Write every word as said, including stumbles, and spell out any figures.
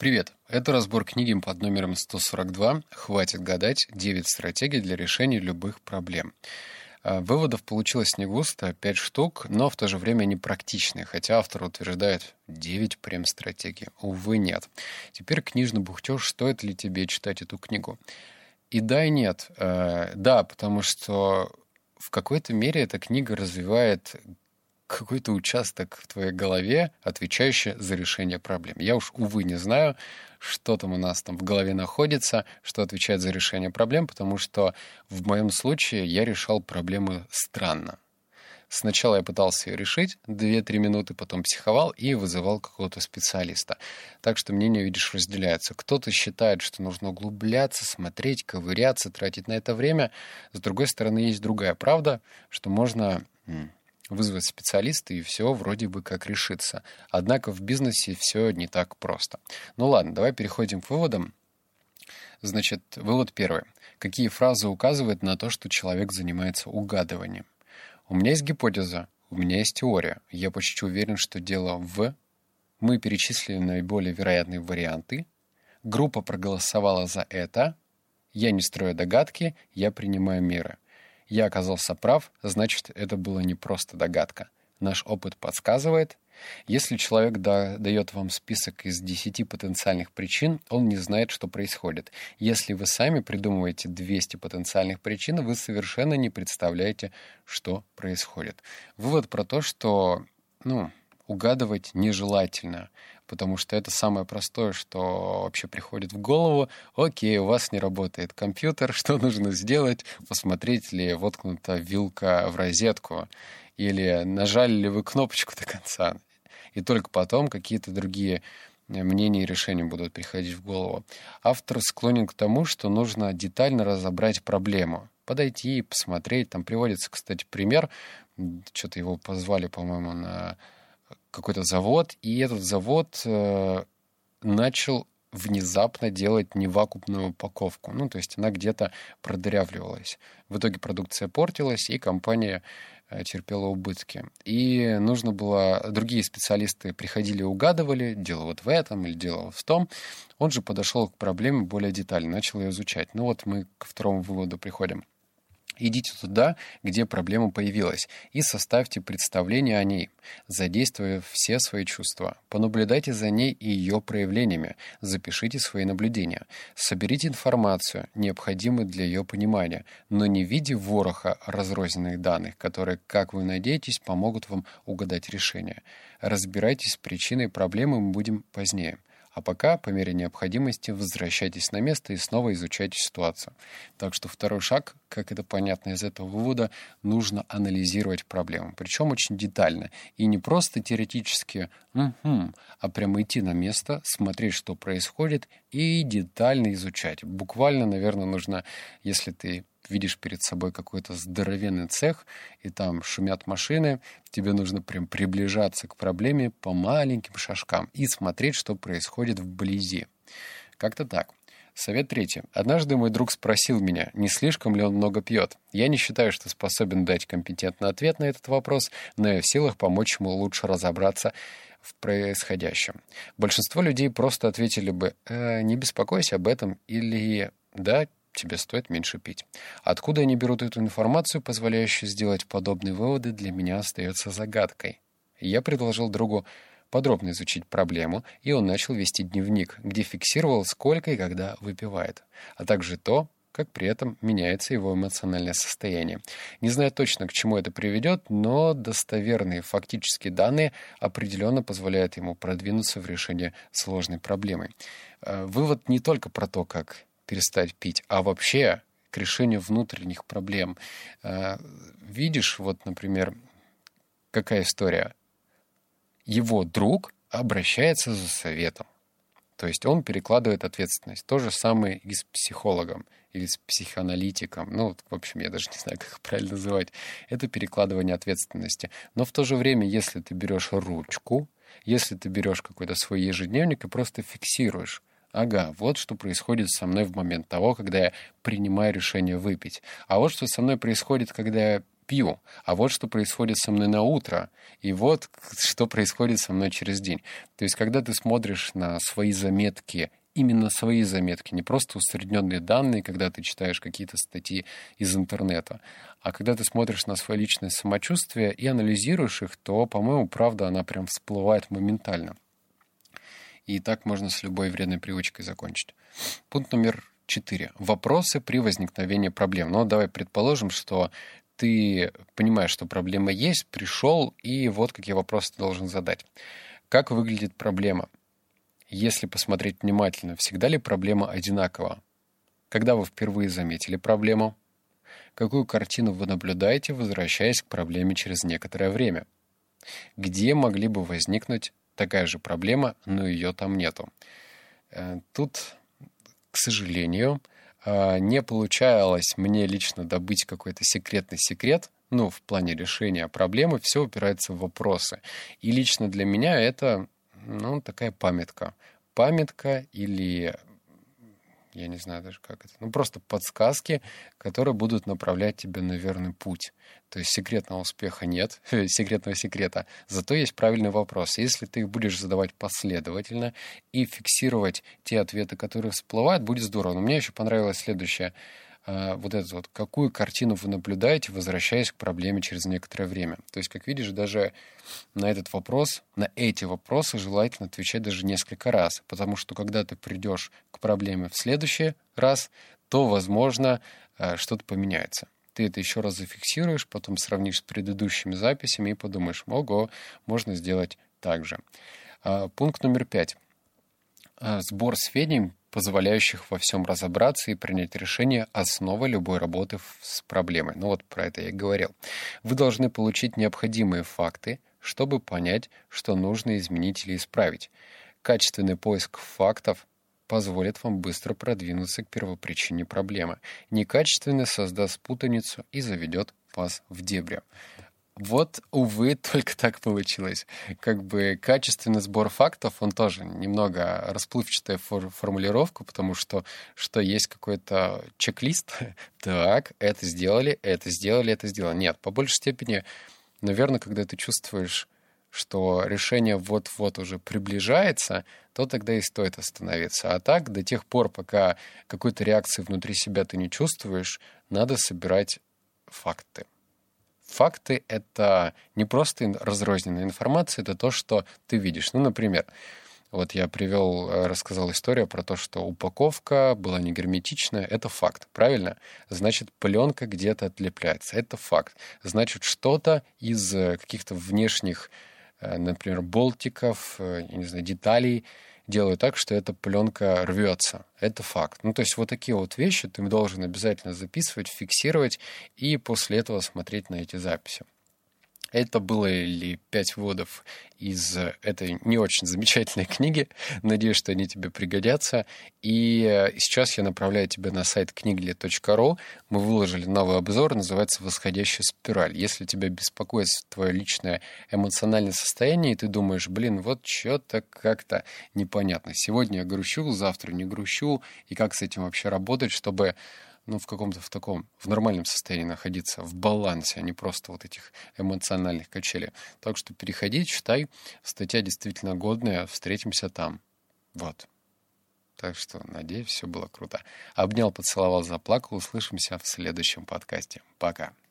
Привет! Это разбор книги под номером сто сорок два «Хватит гадать. девять стратегий для решения любых проблем». А, Выводов получилось не густо, пять штук, но в то же время они практичные, хотя автор утверждает девять прям стратегий. Увы, нет. Теперь книжный бухтеж, стоит ли тебе читать эту книгу? И да, и нет. Э, Да, потому что в какой-то мере эта книга развивает какой-то участок в твоей голове, отвечающий за решение проблем. Я уж, увы, не знаю, что там у нас там в голове находится, что отвечает за решение проблем, потому что в моем случае я решал проблемы странно. Сначала я пытался ее решить две-три минуты, потом психовал и вызывал какого-то специалиста. Так что мнения, видишь, разделяются. Кто-то считает, что нужно углубляться, смотреть, ковыряться, тратить на это время. С другой стороны, есть другая правда, что можно вызвать специалиста, и все вроде бы как решится. Однако в бизнесе все не так просто. Ну ладно, давай переходим к выводам. Значит, вывод первый. Какие фразы указывают на то, что человек занимается угадыванием? У меня есть гипотеза, у меня есть теория. Я почти уверен, что дело в... Мы перечислили наиболее вероятные варианты. Группа проголосовала за это. Я не строю догадки, я принимаю меры. Я оказался прав, значит, это была не просто догадка. Наш опыт подсказывает. Если человек да, дает вам список из десяти потенциальных причин, он не знает, что происходит. Если вы сами придумываете двести потенциальных причин, вы совершенно не представляете, что происходит. Вывод про то, что ну, угадывать нежелательно, потому что это самое простое, что вообще приходит в голову. Окей, у вас не работает компьютер, что нужно сделать? Посмотреть ли воткнута вилка в розетку, или нажали ли вы кнопочку до конца. И только потом какие-то другие мнения и решения будут приходить в голову. Автор склонен к тому, что нужно детально разобрать проблему. Подойти, посмотреть. Там приводится, кстати, пример. Что-то его позвали, по-моему, на какой-то завод, и этот завод э, начал внезапно делать невакуумную упаковку. Ну, то есть она где-то продырявливалась. В итоге продукция портилась, и компания э, терпела убытки. И нужно было... Другие специалисты приходили и угадывали, дело вот в этом или дело в том. Он же подошел к проблеме более детально, начал ее изучать. Ну вот мы ко второму выводу приходим. Идите туда, где проблема появилась, и составьте представление о ней, задействуя все свои чувства. Понаблюдайте за ней и ее проявлениями, запишите свои наблюдения. Соберите информацию, необходимую для ее понимания, но не в виде вороха разрозненных данных, которые, как вы надеетесь, помогут вам угадать решение. Разбирайтесь с причиной проблемы, мы будем позднее. А пока, по мере необходимости, возвращайтесь на место и снова изучайте ситуацию. Так что второй шаг, как это понятно из этого вывода, нужно анализировать проблему. Причем очень детально. И не просто теоретически, угу, а прямо идти на место, смотреть, что происходит, и детально изучать. Буквально, наверное, нужно, если ты видишь перед собой какой-то здоровенный цех, и там шумят машины, тебе нужно прям приближаться к проблеме по маленьким шажкам и смотреть, что происходит вблизи. Как-то так. Совет третий. Однажды мой друг спросил меня, не слишком ли он много пьет. Я не считаю, что способен дать компетентный ответ на этот вопрос, но я в силах помочь ему лучше разобраться в происходящем. Большинство людей просто ответили бы э, «не беспокойся об этом» или «да, тебе стоит меньше пить». Откуда они берут эту информацию, позволяющую сделать подобные выводы, для меня остается загадкой. Я предложил другу подробно изучить проблему, и он начал вести дневник, где фиксировал, сколько и когда выпивает, а также то, как при этом меняется его эмоциональное состояние. Не знаю точно, к чему это приведет, но достоверные фактические данные определенно позволяют ему продвинуться в решении сложной проблемы. Вывод не только про то, как перестать пить, а вообще к решению внутренних проблем. Видишь, вот, например, какая история? Его друг обращается за советом. То есть он перекладывает ответственность. То же самое и с психологом или с психоаналитиком. Ну, в общем, я даже не знаю, как их правильно называть. Это перекладывание ответственности. Но в то же время, если ты берешь ручку, если ты берешь какой-то свой ежедневник и просто фиксируешь, ага, вот что происходит со мной в момент того, когда я принимаю решение выпить. А вот что со мной происходит, когда я пью, а вот что происходит со мной на утро, и вот что происходит со мной через день. То есть, когда ты смотришь на свои заметки, именно свои заметки, не просто усредненные данные, когда ты читаешь какие-то статьи из интернета, а когда ты смотришь на свое личное самочувствие и анализируешь их, то, по-моему, правда, она прям всплывает моментально. И так можно с любой вредной привычкой закончить. Пункт номер четыре. Вопросы при возникновении проблем. Ну, давай предположим, что ты понимаешь, что проблема есть, пришел, и вот какие вопросы ты должен задать. Как выглядит проблема? Если посмотреть внимательно, всегда ли проблема одинакова? Когда вы впервые заметили проблему? Какую картину вы наблюдаете, возвращаясь к проблеме через некоторое время? Где могли бы возникнуть такая же проблема, но ее там нету? Тут, к сожалению, не получалось мне лично добыть какой-то секретный секрет, ну, в плане решения проблемы, все упирается в вопросы. И лично для меня это, ну, такая памятка. Памятка или, я не знаю даже как это, ну, просто подсказки, которые будут направлять тебя на верный путь. То есть секретного успеха нет, секретного секрета, зато есть правильный вопрос. Если ты их будешь задавать последовательно и фиксировать те ответы, которые всплывают, будет здорово. Но мне еще понравилось следующее. Вот это вот, какую картину вы наблюдаете, возвращаясь к проблеме через некоторое время. То есть, как видишь, даже на этот вопрос, на эти вопросы желательно отвечать даже несколько раз, потому что когда ты придешь к проблеме в следующий раз, то, возможно, что-то поменяется. Ты это еще раз зафиксируешь, потом сравнишь с предыдущими записями и подумаешь, ого, можно сделать так же. Пункт номер пять. Сбор сведений, позволяющих во всем разобраться и принять решение, основа любой работы с проблемой. Ну вот про это я и говорил. Вы должны получить необходимые факты, чтобы понять, что нужно изменить или исправить. Качественный поиск фактов позволит вам быстро продвинуться к первопричине проблемы. Некачественный создаст путаницу и заведет вас в дебри. Вот, увы, только так получилось. Как бы качественный сбор фактов, он тоже немного расплывчатая фор- формулировка, потому что, что есть какой-то чек-лист. Так, это сделали, это сделали, это сделали. Нет, по большей степени, наверное, когда ты чувствуешь, что решение вот-вот уже приближается, то тогда и стоит остановиться. А так, до тех пор, пока какой-то реакции внутри себя ты не чувствуешь, надо собирать факты. Факты — это не просто разрозненная информация, это то, что ты видишь. Ну, например, вот я привел, рассказал историю про то, что упаковка была не герметичная. Это факт, правильно? Значит, пленка где-то отлепляется. Это факт. Значит, что-то из каких-то внешних, например, болтиков, я не знаю, деталей делают так, что эта пленка рвется. Это факт. Ну, то есть вот такие вот вещи ты должен обязательно записывать, фиксировать и после этого смотреть на эти записи. Это было ли пять выводов из этой не очень замечательной книги. Надеюсь, что они тебе пригодятся. И сейчас я направляю тебя на сайт книгли точка ру. Мы выложили новый обзор, называется «Восходящая спираль». Если тебя беспокоит твое личное эмоциональное состояние, и ты думаешь, блин, вот что-то как-то непонятно. Сегодня я грущу, завтра не грущу. И как с этим вообще работать, чтобы ну, в каком-то в таком, в нормальном состоянии находиться, в балансе, а не просто вот этих эмоциональных качелей. Так что переходи, читай. Статья действительно годная. Встретимся там. Вот. Так что, надеюсь, все было круто. Обнял, поцеловал, заплакал. Услышимся в следующем подкасте. Пока.